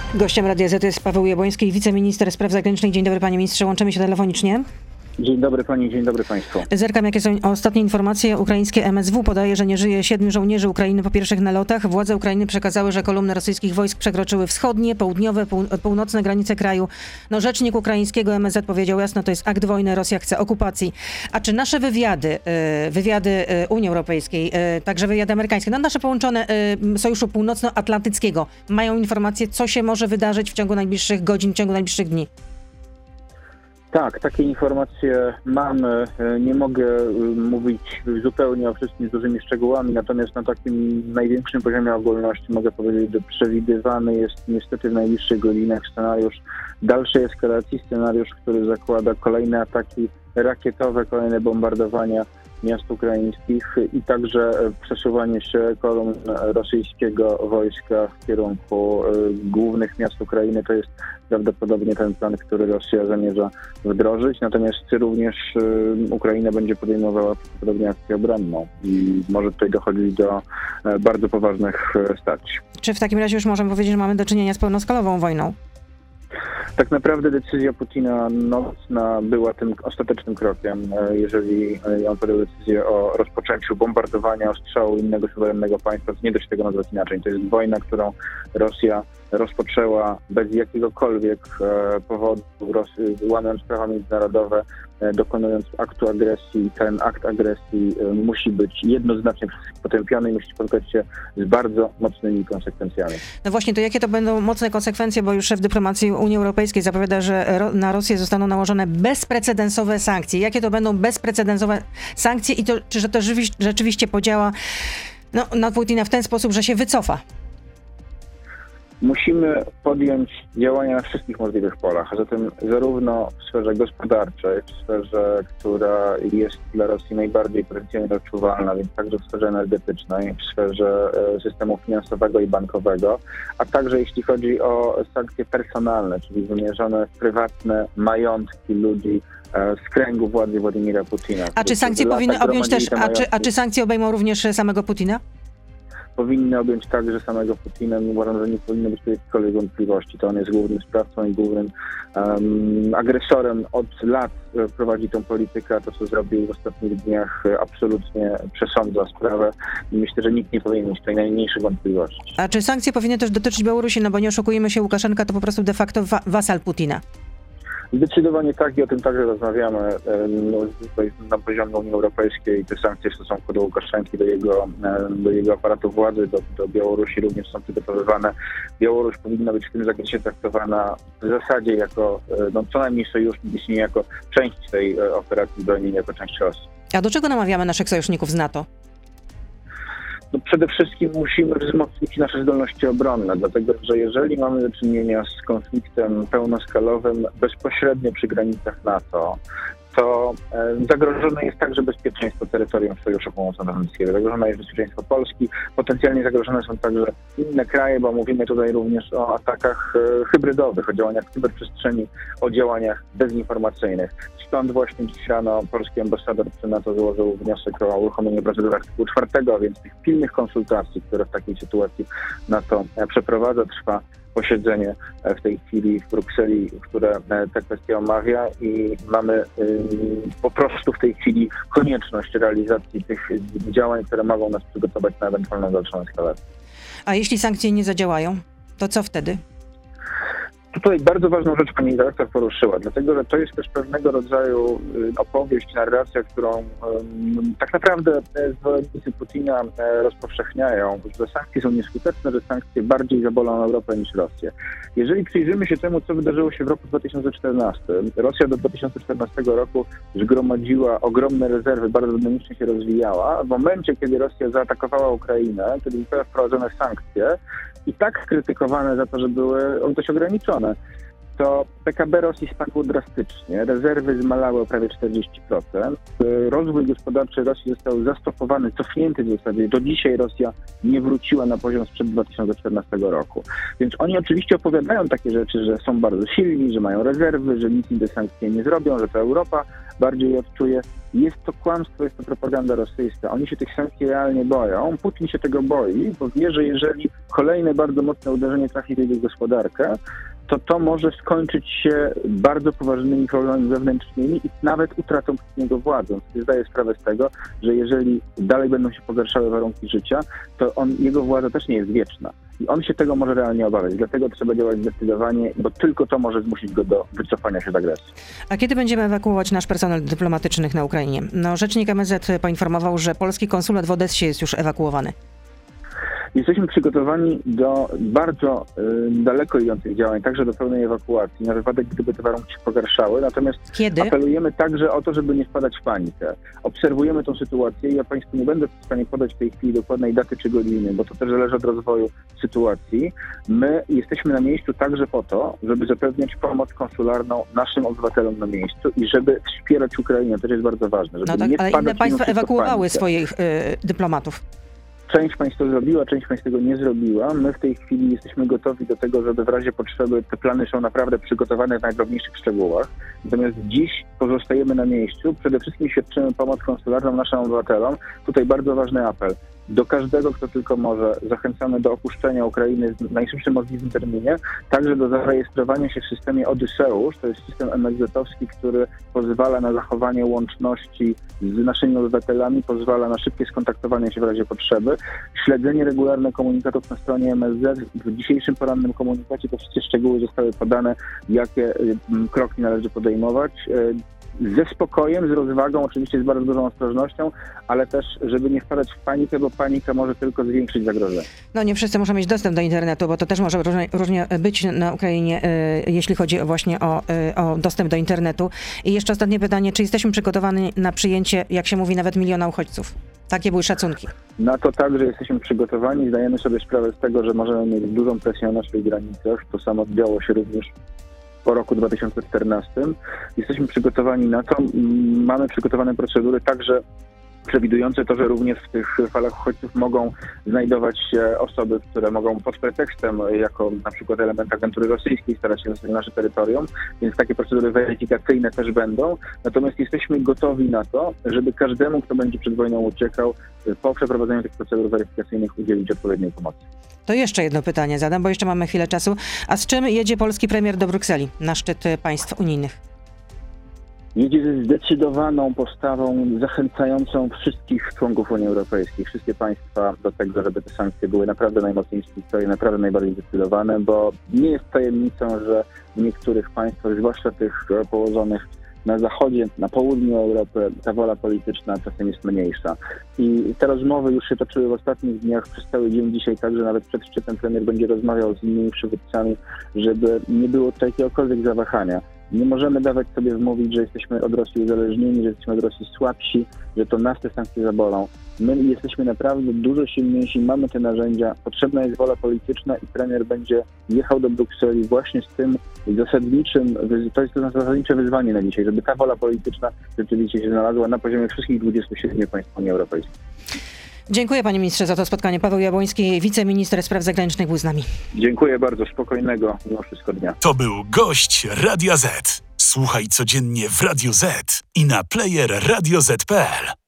Gościem Radia Z jest Paweł Jabłoński, wiceminister spraw zagranicznych. Dzień dobry, panie ministrze, łączymy się telefonicznie. Dzień dobry pani, dzień dobry państwu. Zerkam, jakie są ostatnie informacje. Ukraińskie MSW podaje, że nie żyje 7 żołnierzy Ukrainy po pierwszych nalotach. Władze Ukrainy przekazały, że kolumny rosyjskich wojsk przekroczyły wschodnie, południowe, północne granice kraju. Rzecznik ukraińskiego MSZ powiedział jasno, to jest akt wojny, Rosja chce okupacji. A czy nasze wywiady Unii Europejskiej, także wywiady amerykańskie, nasze połączone Sojuszu Północnoatlantyckiego, mają informacje, co się może wydarzyć w ciągu najbliższych godzin, w ciągu najbliższych dni? Tak, takie informacje mamy. Nie mogę mówić zupełnie o wszystkim z dużymi szczegółami, natomiast na takim największym poziomie ogólności mogę powiedzieć, że przewidywany jest niestety w najbliższych godzinach scenariusz dalszej eskalacji, scenariusz, który zakłada kolejne ataki rakietowe, kolejne bombardowania miast ukraińskich i także przesuwanie się kolumn rosyjskiego wojska w kierunku głównych miast Ukrainy. To jest prawdopodobnie ten plan, który Rosja zamierza wdrożyć. Natomiast również Ukraina będzie podejmowała prawdopodobnie akcję obronną i może tutaj dochodzić do bardzo poważnych starć. Czy w takim razie już możemy powiedzieć, że mamy do czynienia z pełnoskalową wojną? Tak naprawdę decyzja Putina nocna była tym ostatecznym krokiem, jeżeli on podjął decyzję o rozpoczęciu bombardowania, ostrzału innego suwerennego państwa, to nie da się tego nazwać inaczej. To jest wojna, którą Rosja rozpoczęła bez jakiegokolwiek powodu, łamiąc prawa międzynarodowe, dokonując aktu agresji. I ten akt agresji musi być jednoznacznie potępiony i musi spotkać się z bardzo mocnymi konsekwencjami. No właśnie, to jakie to będą mocne konsekwencje, bo już szef dyplomacji Unii Europejskiej zapowiada, że na Rosję zostaną nałożone bezprecedensowe sankcje. Jakie to będą bezprecedensowe sankcje i to, czy to rzeczywiście podziała na Putina w ten sposób, że się wycofa? Musimy podjąć działania na wszystkich możliwych polach, a zatem zarówno w sferze gospodarczej, w sferze, która jest dla Rosji najbardziej potencjalnie odczuwalna, więc także w sferze energetycznej, w sferze systemu finansowego i bankowego, a także jeśli chodzi o sankcje personalne, czyli wymierzone w prywatne majątki ludzi z kręgu władzy Władimira Putina. A czy sankcje powinny objąć też, czy sankcje obejmą również samego Putina? Powinny objąć także samego Putina. Uważam, że nie powinno być tu jakichkolwiek wątpliwości. To on jest głównym sprawcą i głównym agresorem. Od lat prowadzi tą politykę, a to, co zrobił w ostatnich dniach, absolutnie przesądza sprawę i myślę, że nikt nie powinien mieć tutaj najmniejszych wątpliwości. A czy sankcje powinny też dotyczyć Białorusi? No bo nie oszukujmy się, Łukaszenka to po prostu de facto wasal Putina. Zdecydowanie tak i o tym także rozmawiamy na poziomie Unii Europejskiej. Te sankcje w stosunku do Łukaszenki, do jego aparatu władzy, do Białorusi również są przygotowywane. Białoruś powinna być w tym zakresie traktowana w zasadzie jako co najmniej sojusznik, jeśli nie jako część tej operacji zbrojnej, jako część Rosji. A do czego namawiamy naszych sojuszników z NATO? Przede wszystkim musimy wzmocnić nasze zdolności obronne, dlatego że jeżeli mamy do czynienia z konfliktem pełnoskalowym bezpośrednio przy granicach NATO, to zagrożone jest także bezpieczeństwo terytorium Sojuszu Północnoatlantyckiego. Zagrożone jest bezpieczeństwo Polski, potencjalnie zagrożone są także inne kraje, bo mówimy tutaj również o atakach hybrydowych, o działaniach w cyberprzestrzeni, o działaniach dezinformacyjnych. Stąd właśnie dziś rano polski ambasador przy NATO złożył wniosek o uruchomienie procedury artykułu 4, a więc tych pilnych konsultacji, które w takiej sytuacji NATO przeprowadza. Trwa posiedzenie w tej chwili w Brukseli, które tę kwestię omawia i mamy po prostu w tej chwili konieczność realizacji tych działań, które mogą nas przygotować na ewentualną dalszą eskalację. A jeśli sankcje nie zadziałają, to co wtedy? Tutaj bardzo ważną rzecz pani redaktor poruszyła, dlatego że to jest też pewnego rodzaju opowieść, narracja, którą tak naprawdę zwolennicy Putina rozpowszechniają, że sankcje są nieskuteczne, że sankcje bardziej zabolą Europę niż Rosję. Jeżeli przyjrzymy się temu, co wydarzyło się w roku 2014, Rosja do 2014 roku zgromadziła ogromne rezerwy, bardzo dynamicznie się rozwijała. W momencie, kiedy Rosja zaatakowała Ukrainę, kiedy zostały wprowadzone sankcje, i tak krytykowane za to, że były dość ograniczone. to PKB Rosji spadło drastycznie, rezerwy zmalały o prawie 40%, rozwój gospodarczy Rosji został zastopowany, cofnięty w zasadzie. Do dzisiaj Rosja nie wróciła na poziom sprzed 2014 roku. Więc oni oczywiście opowiadają takie rzeczy, że są bardzo silni, że mają rezerwy, że nic im te sankcje nie zrobią, że to Europa bardziej je odczuje. Jest to kłamstwo, jest to propaganda rosyjska. Oni się tych sankcji realnie boją. Putin się tego boi, bo wie, że jeżeli kolejne bardzo mocne uderzenie trafi w jego gospodarkę, to może skończyć się bardzo poważnymi problemami wewnętrznymi i nawet utratą przez niego władzy. On sobie zdaje sprawę z tego, że jeżeli dalej będą się pogarszały warunki życia, to jego władza też nie jest wieczna. I on się tego może realnie obawiać. Dlatego trzeba działać zdecydowanie, bo tylko to może zmusić go do wycofania się z agresji. A kiedy będziemy ewakuować nasz personel dyplomatyczny na Ukrainie? Rzecznik MSZ poinformował, że polski konsulat w Odessie jest już ewakuowany. Jesteśmy przygotowani do bardzo daleko idących działań, także do pełnej ewakuacji, na wypadek, gdyby te warunki się pogarszały. Natomiast Kiedy? Apelujemy także o to, żeby nie wpadać w panikę. Obserwujemy tę sytuację i ja Państwu nie będę w stanie podać w tej chwili dokładnej daty czy godziny, bo to też zależy od rozwoju sytuacji. My jesteśmy na miejscu także po to, żeby zapewniać pomoc konsularną naszym obywatelom na miejscu i żeby wspierać Ukrainę. To jest bardzo ważne. Żeby nie ale inne państwa ewakuowały swoich dyplomatów. Część państw to zrobiła, część państw tego nie zrobiła. My w tej chwili jesteśmy gotowi do tego, żeby w razie potrzeby, te plany są naprawdę przygotowane w najdrobniejszych szczegółach. Natomiast dziś pozostajemy na miejscu. Przede wszystkim świadczymy pomoc konsularną naszym obywatelom. Tutaj bardzo ważny apel. Do każdego, kto tylko może, zachęcamy do opuszczenia Ukrainy w najszybszym możliwym terminie, także do zarejestrowania się w systemie Odyseusz. To jest system MSZ-owski, który pozwala na zachowanie łączności z naszymi obywatelami, pozwala na szybkie skontaktowanie się w razie potrzeby, śledzenie regularne komunikatów na stronie MSZ. W dzisiejszym porannym komunikacie te wszystkie szczegóły zostały podane, jakie kroki należy podejmować. Ze spokojem, z rozwagą, oczywiście z bardzo dużą ostrożnością, ale też, żeby nie wpadać w panikę, bo panika może tylko zwiększyć zagrożenie. Nie wszyscy muszą mieć dostęp do internetu, bo to też może różnie być na Ukrainie, jeśli chodzi właśnie o dostęp do internetu. I jeszcze ostatnie pytanie, czy jesteśmy przygotowani na przyjęcie, jak się mówi, nawet 1 000 000 uchodźców? Takie były szacunki. Na to także jesteśmy przygotowani, zdajemy sobie sprawę z tego, że możemy mieć dużą presję na naszych granicach. To samo działo się również po roku 2014. Jesteśmy przygotowani na to. Mamy przygotowane procedury także przewidujące to, że również w tych falach uchodźców mogą znajdować się osoby, które mogą pod pretekstem, jako na przykład element agentury rosyjskiej, starać się zostać na nasze terytorium, więc takie procedury weryfikacyjne też będą. Natomiast jesteśmy gotowi na to, żeby każdemu, kto będzie przed wojną uciekał, po przeprowadzeniu tych procedur weryfikacyjnych udzielić odpowiedniej pomocy. To jeszcze jedno pytanie zadam, bo jeszcze mamy chwilę czasu. A z czym jedzie polski premier do Brukseli na szczyt państw unijnych? Jedzie ze zdecydowaną postawą zachęcającą wszystkich członków Unii Europejskiej, wszystkie państwa do tego, żeby te sankcje były naprawdę najmocniejsze w historii, naprawdę najbardziej zdecydowane, bo nie jest tajemnicą, że w niektórych państwach, zwłaszcza tych położonych na zachodzie, na południu Europy, ta wola polityczna czasem jest mniejsza. I te rozmowy już się toczyły w ostatnich dniach, przez cały dzień dzisiaj, także nawet przed szczytem premier będzie rozmawiał z innymi przywódcami, żeby nie było tutaj jakiegokolwiek zawahania. Nie możemy dawać sobie wmówić, że jesteśmy od Rosji uzależnieni, że jesteśmy od Rosji słabsi, że to nas te sankcje zabolą. My jesteśmy naprawdę dużo silniejsi, mamy te narzędzia, potrzebna jest wola polityczna i premier będzie jechał do Brukseli właśnie z tym zasadniczym, to jest to zasadnicze wyzwanie na dzisiaj, żeby ta wola polityczna rzeczywiście się znalazła na poziomie wszystkich 27 państw Unii Europejskiej. Dziękuję panie ministrze za to spotkanie. Paweł Jabłoński, wiceminister spraw zagranicznych, był z nami. Dziękuję bardzo, spokojnego mimo wszystko dnia. To był gość Radia Z. Słuchaj codziennie w Radio Z i na player radioz.pl.